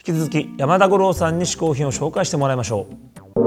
き続き山田五郎さんに嗜好品を紹介してもらいましょう。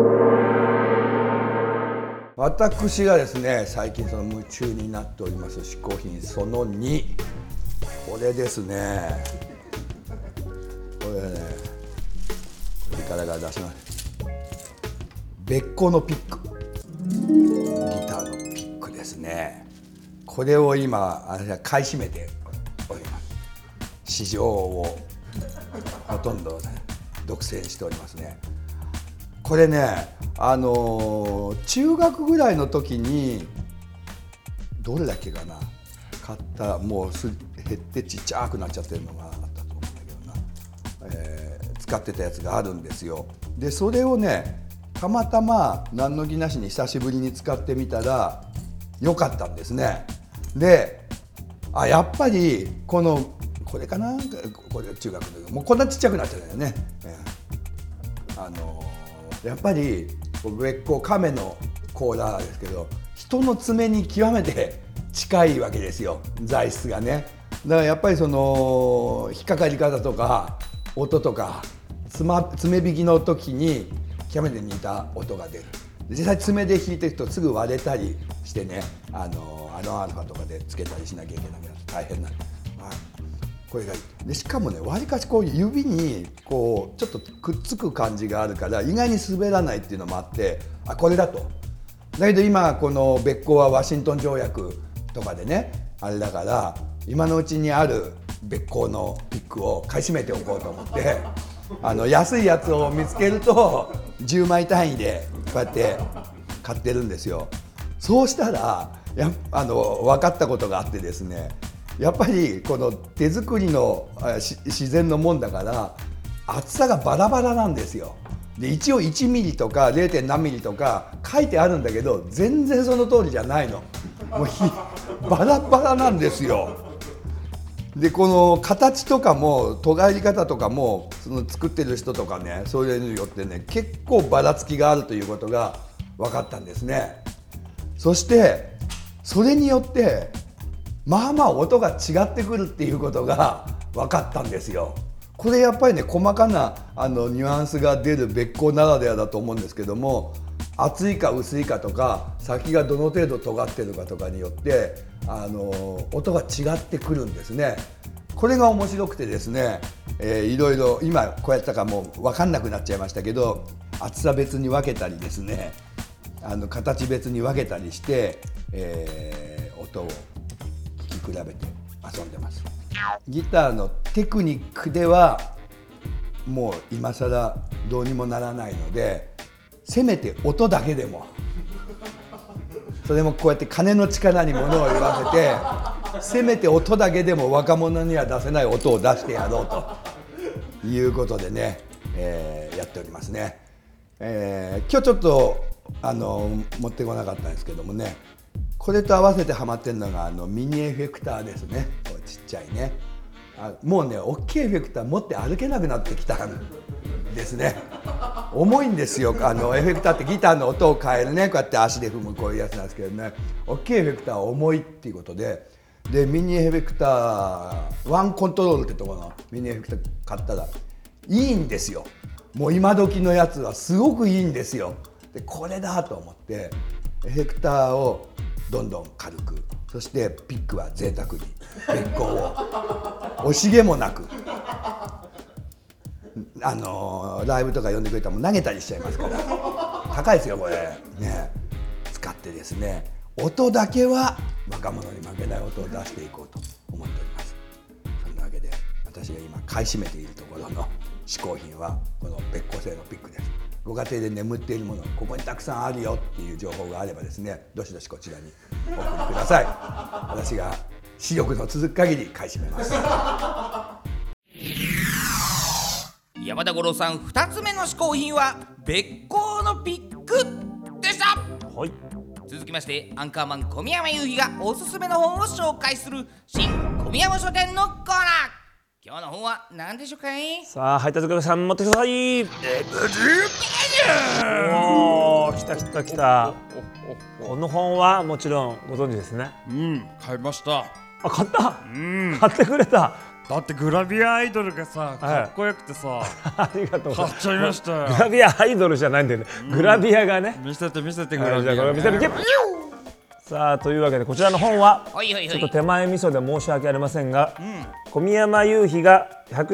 私がですね最近夢中になっております嗜好品その2、これですね。これね、これから出します。べっ甲のピック、ギターのピックですね。これを今私は買い占めております。市場をほとんど独占しておりますね。これね、中学ぐらいの時にどれだっけかな、買ったもう減ってちっちゃくなっちゃってるのがあったと思うんだけどな、使ってたやつがあるんですよ。でそれをねたまたま何の気なしに久しぶりに使ってみたら良かったんですね。でやっぱりこれかな、これ中学のもうこんなちっちゃくなっちゃったよね。やっぱりべっ甲亀の甲羅ですけど人の爪に極めて近いわけですよ、材質がね。だからやっぱり引っかかり方とか音とか爪引きの時に極めて似た音が出る。実際爪で弾いていくとすぐ割れたりしてね、アルファとかでつけたりしなきゃいけなくなって大変なんです。これがいいで、しかもねわりかし指にちょっとくっつく感じがあるから意外に滑らないっていうのもあって、これだと。だけど今このべっ甲はワシントン条約とかでねあれだから、今のうちにあるべっ甲のピックを買い占めておこうと思って安いやつを見つけると10枚単位でこうやって買ってるんですよ。そうしたら分かったことがあってですね、やっぱりこの手作りの自然のもんだから厚さがバラバラなんですよ。で一応1ミリとか 0. 何ミリとか書いてあるんだけど全然その通りじゃないの。もうバラバラなんですよ。でこの形とかも尖り方とかも作ってる人とかね、それによってね結構ばらつきがあるということが分かったんですね。そしてそれによってまあまあ音が違ってくるっていうことが分かったんですよ。これやっぱりね細かなニュアンスが出るべっ甲ならではだと思うんですけども、厚いか薄いかとか先がどの程度尖ってるかとかによって音が違ってくるんですね。これが面白くてですね、いろいろ今こうやったかもう分かんなくなっちゃいましたけど、厚さ別に分けたりですね、形別に分けたりして、音を聞き比べて遊んでます。ギターのテクニックではもう今更どうにもならないので、せめて音だけでも、それもこうやって金の力に物を言わせて、せめて音だけでも若者には出せない音を出してやろうということでね、やっておりますね。今日ちょっと持ってこなかったんですけどもね、これと合わせてハマってるのがミニエフェクターですね。こうちっちゃいね、もうね大きいエフェクター持って歩けなくなってきたんですね。重いんですよ。エフェクターってギターの音を変えるね、こうやって足で踏むこういうやつなんですけどね、大きいエフェクターは重いっていうことで、ミニエフェクターワンコントロールってところのミニエフェクター買ったらいいんですよ。もう今時のやつはすごくいいんですよ。でこれだと思ってエフェクターをどんどん軽く、そしてピックは贅沢にべっ甲を惜しげもなくライブとか呼んでくれたらもう投げたりしちゃいますから、高いですよこれね。使ってですね音だけは若者に負けない音を出していこうと思っております。そんなわけで私が今買い占めているところの嗜好品はこのべっ甲製のピックです。ご家庭で眠っているもの、ここにたくさんあるよっていう情報があればですね、どしどしこちらにお送りください。私が視力の続く限り買い占めます。 山田五郎さん2つ目の嗜好品はべっ甲のピックでした。 はい、 続きましてアンカーマン小宮山雄飛がおすすめの本を紹介する新小宮山書店のコーナー。今日の本は何でしょうかい。 さあ配達業者さん持ってください。おー、来た来た来た。この本はもちろんご存知ですね。 買いました。 買った、買ってくれた。 だってグラビアアイドルがさかっこよくてさ、 ありがとう。 買っちゃいましたよ。 グラビアアイドルじゃないんだよね。グラビアがね。 見せてグラはい、じゃあビア、 これ見せるけ。さあというわけでこちらの本はほいほいほいちょっと手前味噌で申し訳ありませんが、小宮山雄飛が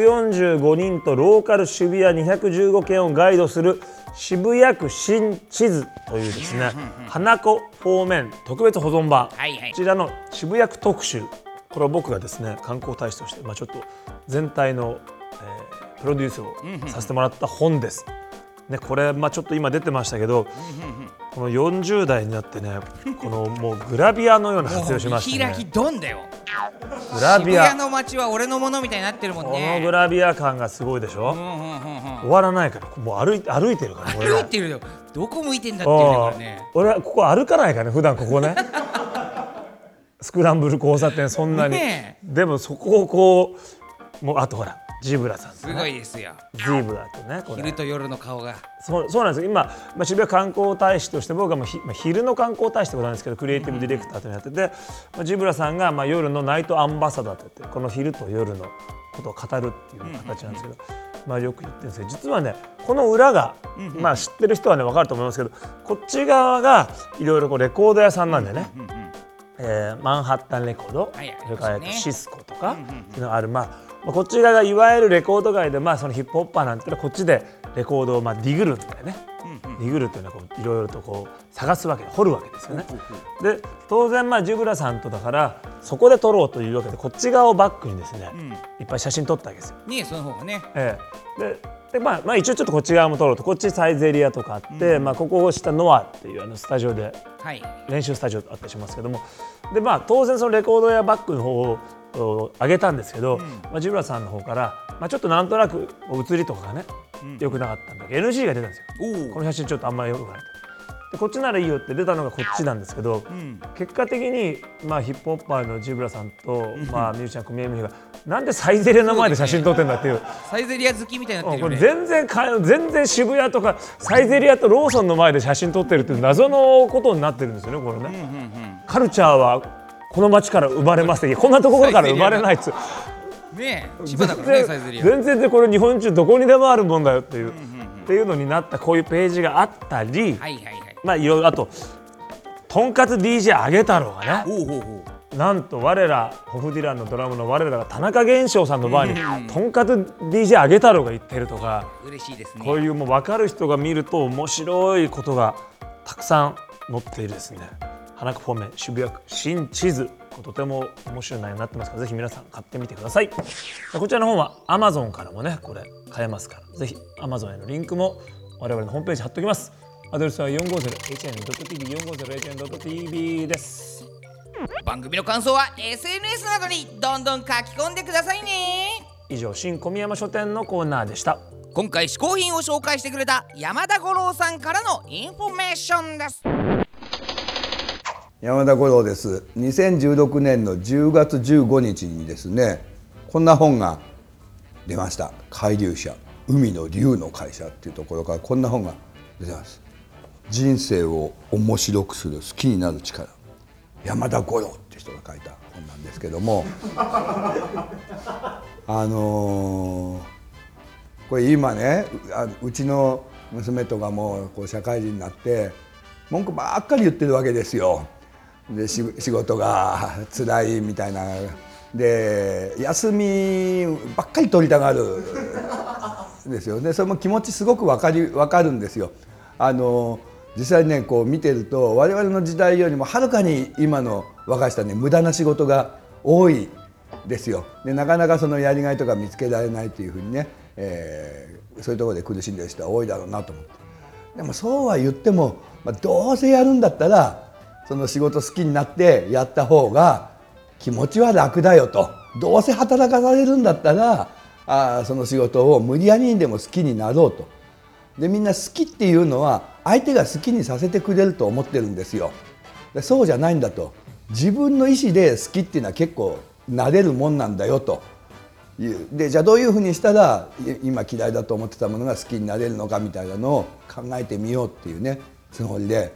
145人とローカル渋谷215軒をガイドする渋谷区新地図というですね、花子方面特別保存版、 はいはいこちらの渋谷区特集、これを僕がですね観光大使として、ちょっと全体の、プロデュースをさせてもらった本です。ね、これ、ちょっと今出てましたけど、この40代になってね、このもうグラビアのような活用しましたね。 見開きドンだよ。 グラビア、 渋谷の街は俺のものみたいになってるもんこのね。 グラビア感がすごいでしょ。終わらないから、もう歩いてるから。これ歩いてるよ。どこ向いてんだっていうからね。 俺はここ歩かないからね、普段ここね。スクランブル交差点そんなに。 ねでもそこをこう、もうあとほらジブラさんとすね、 ごいですよ。 ジブラとね、これ昼と夜の顔が。 そうなんですよ。今、渋谷観光大使として僕はもう昼の観光大使ってことなんですけど、クリエイティブディレクターというのをやってて、ジブラさんが夜のナイトアンバサダーといってこの昼と夜のことを語るっていう形なんですけど、よく言ってるんですけど、実はねこの裏が、知ってる人はね分かると思いますけど、こっち側がいろいろレコード屋さんなんでね、マンハッタンレコード、 はいそれからありますねシスコとかっていうのがある、こっち側がいわゆるレコード界で、そのヒップホッパーなんていうのはこっちでレコードをディグるんだよね。ディグルっていうのはこういろいろとこう探すわけで掘るわけですよね。で当然ジブラさんとだからそこで撮ろうというわけでこっち側をバックにですね、いっぱい写真撮ったわけですよ。 ねその方がね。 で一応ちょっとこっち側も撮ろうと、こっちサイゼリアとかあって、ここを下ノアっていうスタジオではい。 練習スタジオあったりしますけども、で当然そのレコードやバックの方を上げたんですけど、ジブラさんの方から、ちょっとなんとなく写りとかがね、良くなかったんだけど NG が出たんですよ。この写真ちょっとあんまり良くないと。でこっちならいいよって出たのがこっちなんですけど、結果的にヒップホッパーのジブラさんとみゆちゃん小宮山がなんでサイゼリアの前で写真撮ってんだっていう。 サイゼリア好きみたいになってるこれよね。 全然渋谷とかサイゼリアとローソンの前で写真撮ってるっていう謎のことになってるんですよね、これね。カルチャーはこの街から生まれますって、こんなところから生まれないっつね千葉だからねサイゼリア。 全然これ日本中どこにでもあるもんだよっていう、っていうのになったこういうページがあったり、 はいはいはい。 いろいろあととんかつ DJ あげ太郎がね、 おうほうほう。 なんと我らホフディランのドラムの我らが田中源章さんの前にとんかつ DJ あげ太郎が言ってるとか、 嬉しいですね。 こういうもう分かる人が見ると面白いことがたくさん載っているですね、花子方面渋谷区新地図、とても面白い内容になってますから、ぜひ皆さん買ってみてください。こちらの本は Amazon からもねこれ買えますから、ぜひ Amazon へのリンクも我々のホームページ貼っておきます。アドレスは 450hn.tv 450hn.tv です。 番組の感想は SNS などにどんどん書き込んでくださいね。 以上新小宮山書店のコーナーでした。 今回試行品を紹介してくれた山田五郎さんからのインフォメーションです。 山田五郎です。2016年の10月15日にですね、こんな本が出ました。海流社、海の竜の会社っていうところからこんな本が出てます。人生を面白くする好きになる力、山田五郎っていう人が書いた本なんですけどもこれ今ね、うちの娘とかもこう社会人になって文句ばっかり言ってるわけですよ。で仕事が辛いみたいなで、休みばっかり取りたがるんですよ。でそれも気持ちすごく分かるんですよ。実際ねこう見てると我々の時代よりもはるかに今の若い人はね無駄な仕事が多いですよ。でなかなかそのやりがいとか見つけられないというふうにね、そういうところで苦しんでる人は多いだろうなと思って。でもそうは言っても、どうせやるんだったらその仕事好きになってやった方が気持ちは楽だよと。どうせ働かされるんだったらその仕事を無理やりにでも好きになろうと。でみんな好きっていうのは相手が好きにさせてくれると思ってるんですよ。でそうじゃないんだと。自分の意思で好きっていうのは結構なれるもんなんだよという。でじゃあどういうふうにしたら今嫌いだと思ってたものが好きになれるのかみたいなのを考えてみようっていうねつもりで、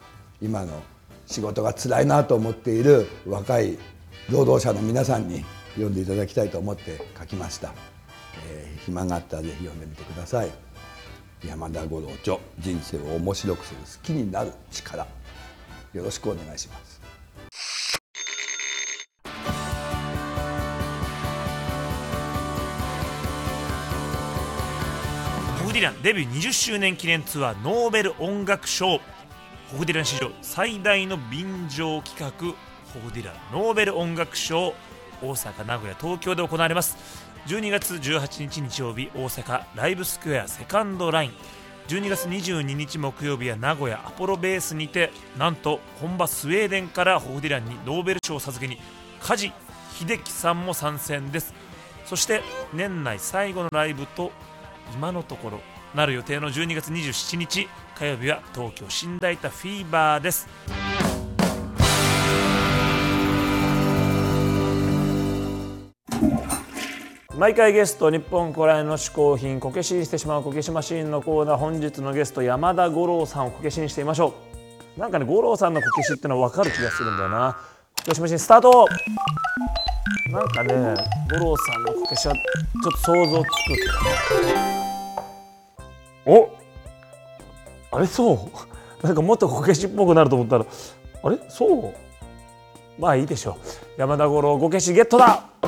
今の仕事が辛いなと思っている若い労働者の皆さんに読んでいただきたいと思って書きました。暇があったらぜひ読んでみてください。山田五郎著、人生を面白くする好きになる力。よろしくお願いします。 ホフディランデビュー20周年記念ツアーノーベル音楽賞。ホフディラン史上最大の便乗企画、ホフディランノーベル音楽賞、大阪、名古屋、東京で行われます。12月18日日曜日、大阪ライブスクエアセカンドライン。12月22日木曜日は名古屋アポロベースにて、なんと本場スウェーデンからホフディランにノーベル賞を授けに梶秀樹さんも参戦です。そして年内最後のライブと今のところなる予定の12月27日火曜日は東京新大田フィーバーです。毎回ゲスト、日本古来の嗜好品こけしにしてしまうこけしマシーンのコーナー、本日のゲスト山田五郎さんをこけしにしてみましょう。なんかね、五郎さんのこけしってのは分かる気がするんだよな。こけしマシーンスタート。なんかね、五郎さんのこけしはちょっと想像つくけどね。お、あれそうなんかもっとこけしっぽくなると思ったら、あれそう、まあいいでしょう。山田五郎こけしゲットだ。